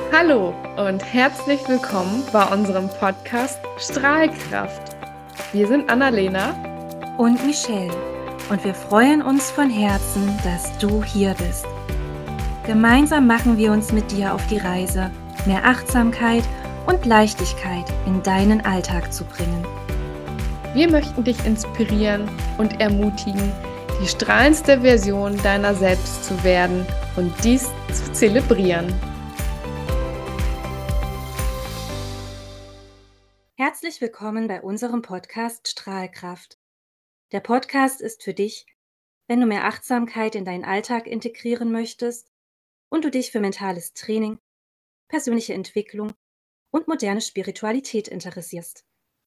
Hallo und herzlich willkommen bei unserem Podcast Strahlkraft. Wir sind Annalena und Michelle und wir freuen uns von Herzen, dass du hier bist. Gemeinsam machen wir uns mit dir auf die Reise, mehr Achtsamkeit und Leichtigkeit in deinen Alltag zu bringen. Wir möchten dich inspirieren und ermutigen, die strahlendste Version deiner selbst zu werden und dies zu zelebrieren. Herzlich willkommen bei unserem Podcast Strahlkraft. Der Podcast ist für dich, wenn du mehr Achtsamkeit in deinen Alltag integrieren möchtest und du dich für mentales Training, persönliche Entwicklung und moderne Spiritualität interessierst.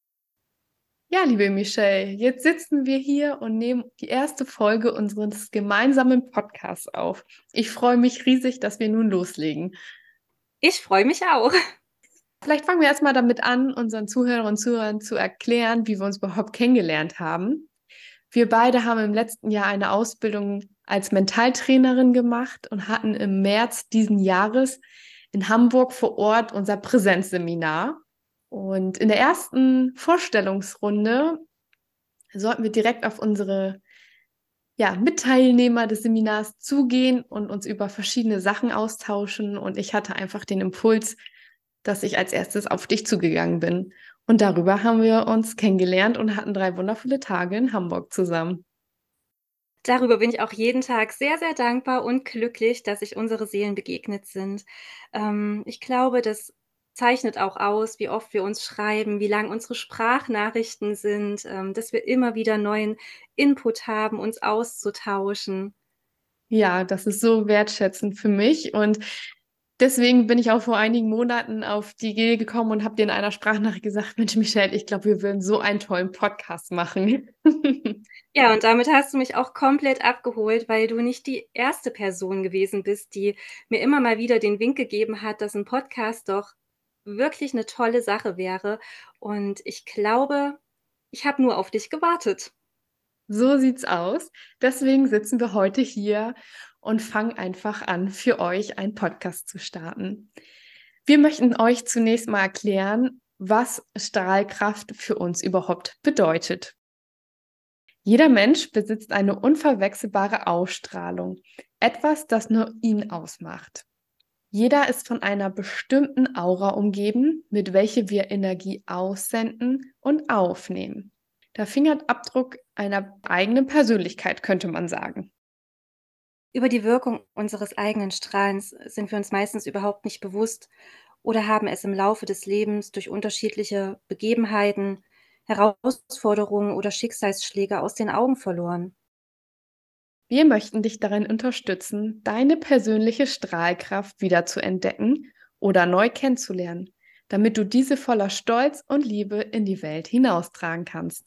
Ja, liebe Michelle, jetzt sitzen wir hier und nehmen die erste Folge unseres gemeinsamen Podcasts auf. Ich freue mich riesig, dass wir nun loslegen. Ich freue mich auch. Vielleicht fangen wir erstmal damit an, unseren Zuhörern und Zuhörern zu erklären, wie wir uns überhaupt kennengelernt haben. Wir beide haben im letzten Jahr eine Ausbildung als Mentaltrainerin gemacht und hatten im März diesen Jahres in Hamburg vor Ort unser Präsenzseminar. Und in der ersten Vorstellungsrunde sollten wir direkt auf unsere Mitteilnehmer des Seminars zugehen und uns über verschiedene Sachen austauschen. Und ich hatte einfach den Impuls, dass ich als erstes auf dich zugegangen bin. Und darüber haben wir uns kennengelernt und hatten 3 wundervolle Tage in Hamburg zusammen. Darüber bin ich auch jeden Tag sehr, sehr dankbar und glücklich, dass sich unsere Seelen begegnet sind. Ich glaube, das zeichnet auch aus, wie oft wir uns schreiben, wie lang unsere Sprachnachrichten sind, dass wir immer wieder neuen Input haben, uns auszutauschen. Ja, das ist so wertschätzend für mich und deswegen bin ich auch vor einigen Monaten auf die Idee gekommen und habe dir in einer Sprachnachricht gesagt, Mensch, Michelle, ich glaube, wir würden so einen tollen Podcast machen. Ja, und damit hast du mich auch komplett abgeholt, weil du nicht die erste Person gewesen bist, die mir immer mal wieder den Wink gegeben hat, dass ein Podcast doch wirklich eine tolle Sache wäre. Und ich glaube, ich habe nur auf dich gewartet. So sieht's aus. Deswegen sitzen wir heute hier und fangen einfach an, für euch einen Podcast zu starten. Wir möchten euch zunächst mal erklären, was Strahlkraft für uns überhaupt bedeutet. Jeder Mensch besitzt eine unverwechselbare Ausstrahlung, etwas, das nur ihn ausmacht. Jeder ist von einer bestimmten Aura umgeben, mit welcher wir Energie aussenden und aufnehmen. Der Fingerabdruck einer eigenen Persönlichkeit, könnte man sagen. Über die Wirkung unseres eigenen Strahlens sind wir uns meistens überhaupt nicht bewusst oder haben es im Laufe des Lebens durch unterschiedliche Begebenheiten, Herausforderungen oder Schicksalsschläge aus den Augen verloren. Wir möchten dich darin unterstützen, deine persönliche Strahlkraft wieder zu entdecken oder neu kennenzulernen, damit du diese voller Stolz und Liebe in die Welt hinaustragen kannst.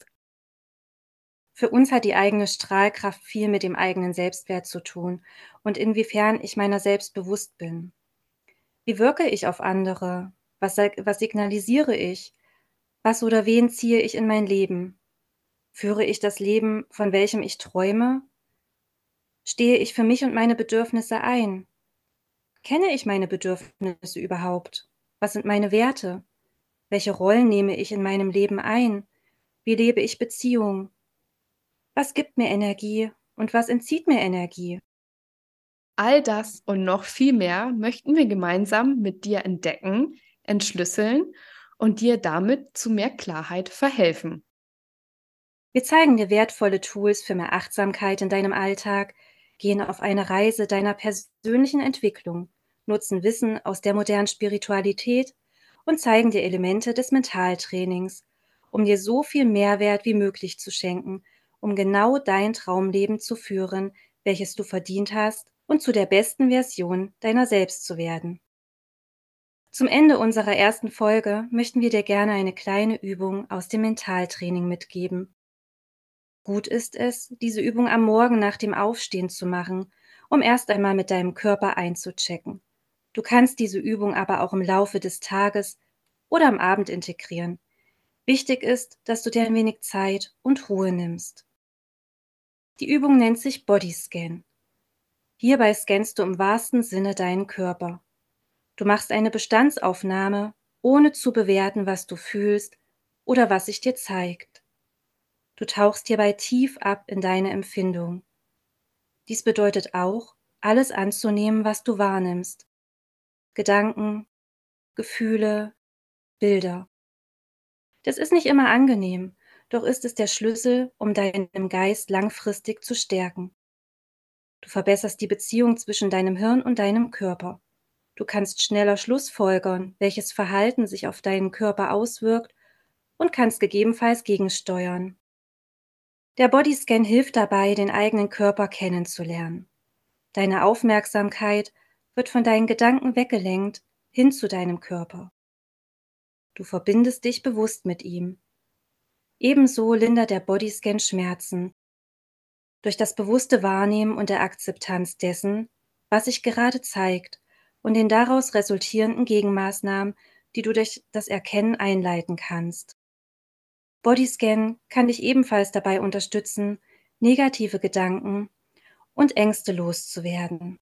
Für uns hat die eigene Strahlkraft viel mit dem eigenen Selbstwert zu tun und inwiefern ich meiner selbst bewusst bin. Wie wirke ich auf andere? Was signalisiere ich? Was oder wen ziehe ich in mein Leben? Führe ich das Leben, von welchem ich träume? Stehe ich für mich und meine Bedürfnisse ein? Kenne ich meine Bedürfnisse überhaupt? Was sind meine Werte? Welche Rollen nehme ich in meinem Leben ein? Wie lebe ich Beziehungen? Was gibt mir Energie und was entzieht mir Energie? All das und noch viel mehr möchten wir gemeinsam mit dir entdecken, entschlüsseln und dir damit zu mehr Klarheit verhelfen. Wir zeigen dir wertvolle Tools für mehr Achtsamkeit in deinem Alltag, gehen auf eine Reise deiner persönlichen Entwicklung, nutzen Wissen aus der modernen Spiritualität und zeigen dir Elemente des Mentaltrainings, um dir so viel Mehrwert wie möglich zu schenken, um genau dein Traumleben zu führen, welches du verdient hast und zu der besten Version deiner selbst zu werden. Zum Ende unserer ersten Folge möchten wir dir gerne eine kleine Übung aus dem Mentaltraining mitgeben. Gut ist es, diese Übung am Morgen nach dem Aufstehen zu machen, um erst einmal mit deinem Körper einzuchecken. Du kannst diese Übung aber auch im Laufe des Tages oder am Abend integrieren. Wichtig ist, dass du dir ein wenig Zeit und Ruhe nimmst. Die Übung nennt sich Bodyscan. Hierbei scannst du im wahrsten Sinne deinen Körper. Du machst eine Bestandsaufnahme, ohne zu bewerten, was du fühlst oder was sich dir zeigt. Du tauchst hierbei tief ab in deine Empfindung. Dies bedeutet auch, alles anzunehmen, was du wahrnimmst. Gedanken, Gefühle, Bilder. Das ist nicht immer angenehm, doch ist es der Schlüssel, um deinen Geist langfristig zu stärken. Du verbesserst die Beziehung zwischen deinem Hirn und deinem Körper. Du kannst schneller schlussfolgern, welches Verhalten sich auf deinen Körper auswirkt und kannst gegebenenfalls gegensteuern. Der Bodyscan hilft dabei, den eigenen Körper kennenzulernen. Deine Aufmerksamkeit wird von deinen Gedanken weggelenkt hin zu deinem Körper. Du verbindest dich bewusst mit ihm. Ebenso lindert der Bodyscan Schmerzen durch das bewusste Wahrnehmen und der Akzeptanz dessen, was sich gerade zeigt und den daraus resultierenden Gegenmaßnahmen, die du durch das Erkennen einleiten kannst. Bodyscan kann dich ebenfalls dabei unterstützen, negative Gedanken und Ängste loszuwerden.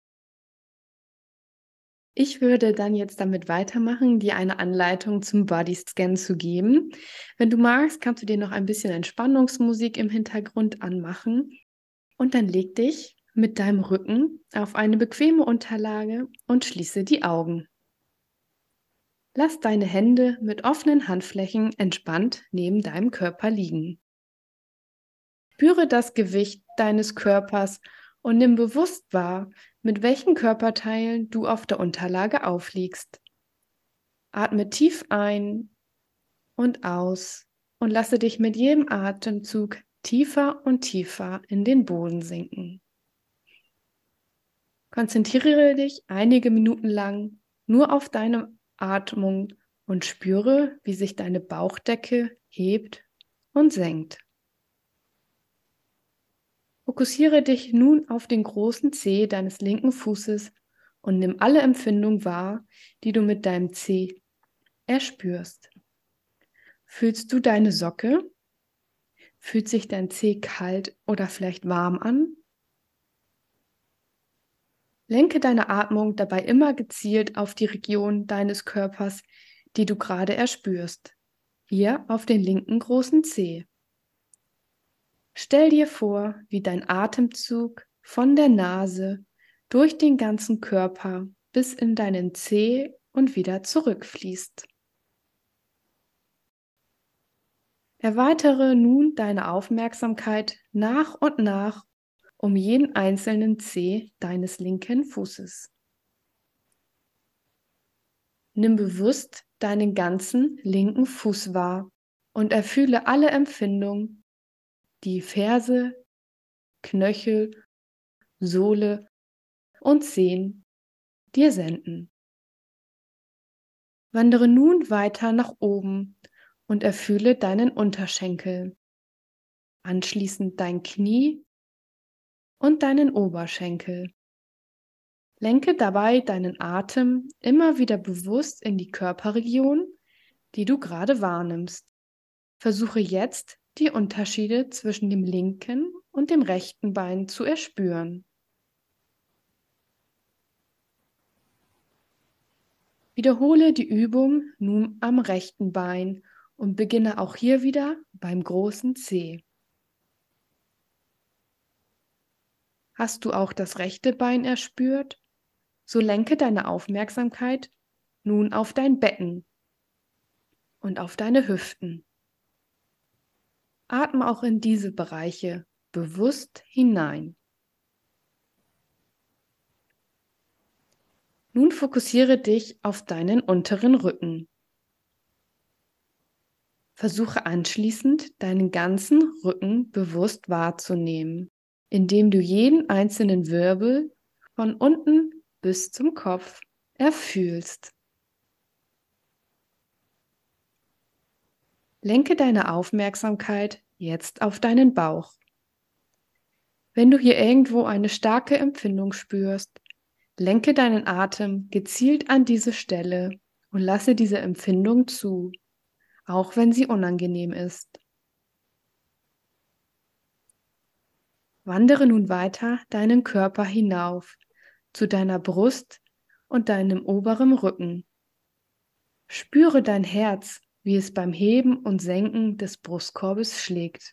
Ich würde dann jetzt damit weitermachen, dir eine Anleitung zum Bodyscan zu geben. Wenn du magst, kannst du dir noch ein bisschen Entspannungsmusik im Hintergrund anmachen und dann leg dich mit deinem Rücken auf eine bequeme Unterlage und schließe die Augen. Lass deine Hände mit offenen Handflächen entspannt neben deinem Körper liegen. Spüre das Gewicht deines Körpers und nimm bewusst wahr, mit welchen Körperteilen du auf der Unterlage aufliegst. Atme tief ein und aus und lasse dich mit jedem Atemzug tiefer und tiefer in den Boden sinken. Konzentriere dich einige Minuten lang nur auf deine Atmung und spüre, wie sich deine Bauchdecke hebt und senkt. Fokussiere dich nun auf den großen Zeh deines linken Fußes und nimm alle Empfindungen wahr, die du mit deinem Zeh erspürst. Fühlst du deine Socke? Fühlt sich dein Zeh kalt oder vielleicht warm an? Lenke deine Atmung dabei immer gezielt auf die Region deines Körpers, die du gerade erspürst. Hier auf den linken großen Zeh. Stell dir vor, wie dein Atemzug von der Nase durch den ganzen Körper bis in deinen Zeh und wieder zurückfließt. Erweitere nun deine Aufmerksamkeit nach und nach um jeden einzelnen Zeh deines linken Fußes. Nimm bewusst deinen ganzen linken Fuß wahr und erfühle alle Empfindungen, die Ferse, Knöchel, Sohle und Zehen dir senden. Wandere nun weiter nach oben und erfühle deinen Unterschenkel, anschließend dein Knie und deinen Oberschenkel. Lenke dabei deinen Atem immer wieder bewusst in die Körperregion, die du gerade wahrnimmst. Versuche jetzt, die Unterschiede zwischen dem linken und dem rechten Bein zu erspüren. Wiederhole die Übung nun am rechten Bein und beginne auch hier wieder beim großen Zeh. Hast du auch das rechte Bein erspürt? So lenke deine Aufmerksamkeit nun auf dein Becken und auf deine Hüften. Atme auch in diese Bereiche bewusst hinein. Nun fokussiere dich auf deinen unteren Rücken. Versuche anschließend, deinen ganzen Rücken bewusst wahrzunehmen, indem du jeden einzelnen Wirbel von unten bis zum Kopf erfühlst. Lenke deine Aufmerksamkeit jetzt auf deinen Bauch. Wenn du hier irgendwo eine starke Empfindung spürst, lenke deinen Atem gezielt an diese Stelle und lasse diese Empfindung zu, auch wenn sie unangenehm ist. Wandere nun weiter deinen Körper hinauf zu deiner Brust und deinem oberen Rücken. Spüre dein Herz, wie es beim Heben und Senken des Brustkorbes schlägt.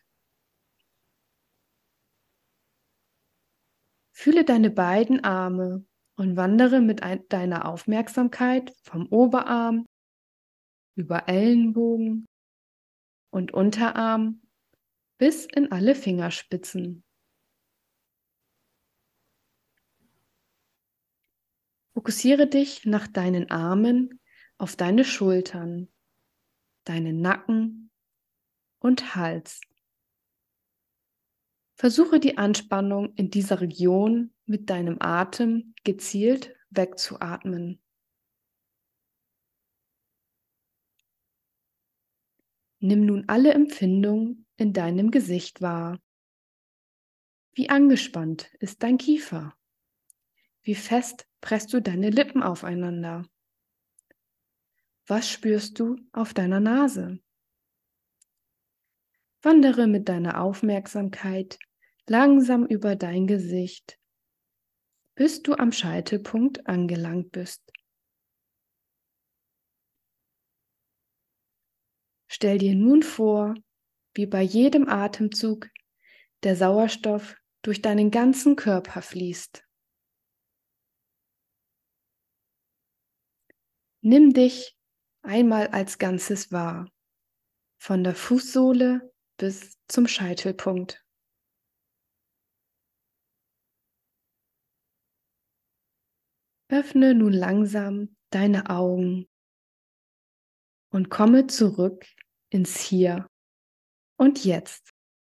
Fühle deine beiden Arme und wandere mit deiner Aufmerksamkeit vom Oberarm über Ellenbogen und Unterarm bis in alle Fingerspitzen. Fokussiere dich nach deinen Armen auf deine Schultern, deinen Nacken und Hals. Versuche die Anspannung in dieser Region mit deinem Atem gezielt wegzuatmen. Nimm nun alle Empfindungen in deinem Gesicht wahr. Wie angespannt ist dein Kiefer? Wie fest presst du deine Lippen aufeinander? Was spürst du auf deiner Nase? Wandere mit deiner Aufmerksamkeit langsam über dein Gesicht, bis du am Scheitelpunkt angelangt bist. Stell dir nun vor, wie bei jedem Atemzug der Sauerstoff durch deinen ganzen Körper fließt. Nimm dich einmal als Ganzes wahr, von der Fußsohle bis zum Scheitelpunkt. Öffne nun langsam deine Augen und komme zurück ins Hier und Jetzt.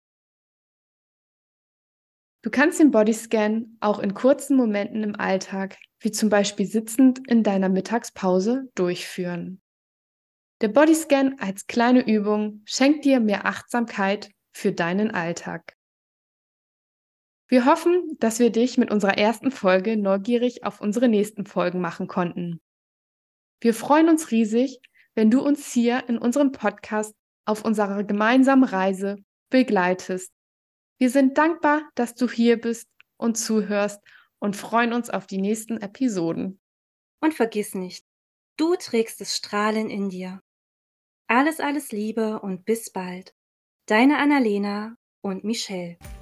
Du kannst den Bodyscan auch in kurzen Momenten im Alltag, wie zum Beispiel sitzend in deiner Mittagspause, durchführen. Der Bodyscan als kleine Übung schenkt dir mehr Achtsamkeit für deinen Alltag. Wir hoffen, dass wir dich mit unserer ersten Folge neugierig auf unsere nächsten Folgen machen konnten. Wir freuen uns riesig, wenn du uns hier in unserem Podcast auf unserer gemeinsamen Reise begleitest. Wir sind dankbar, dass du hier bist und zuhörst und freuen uns auf die nächsten Episoden. Und vergiss nicht, du trägst das Strahlen in dir. Alles Liebe und bis bald. Deine Annalena und Michelle.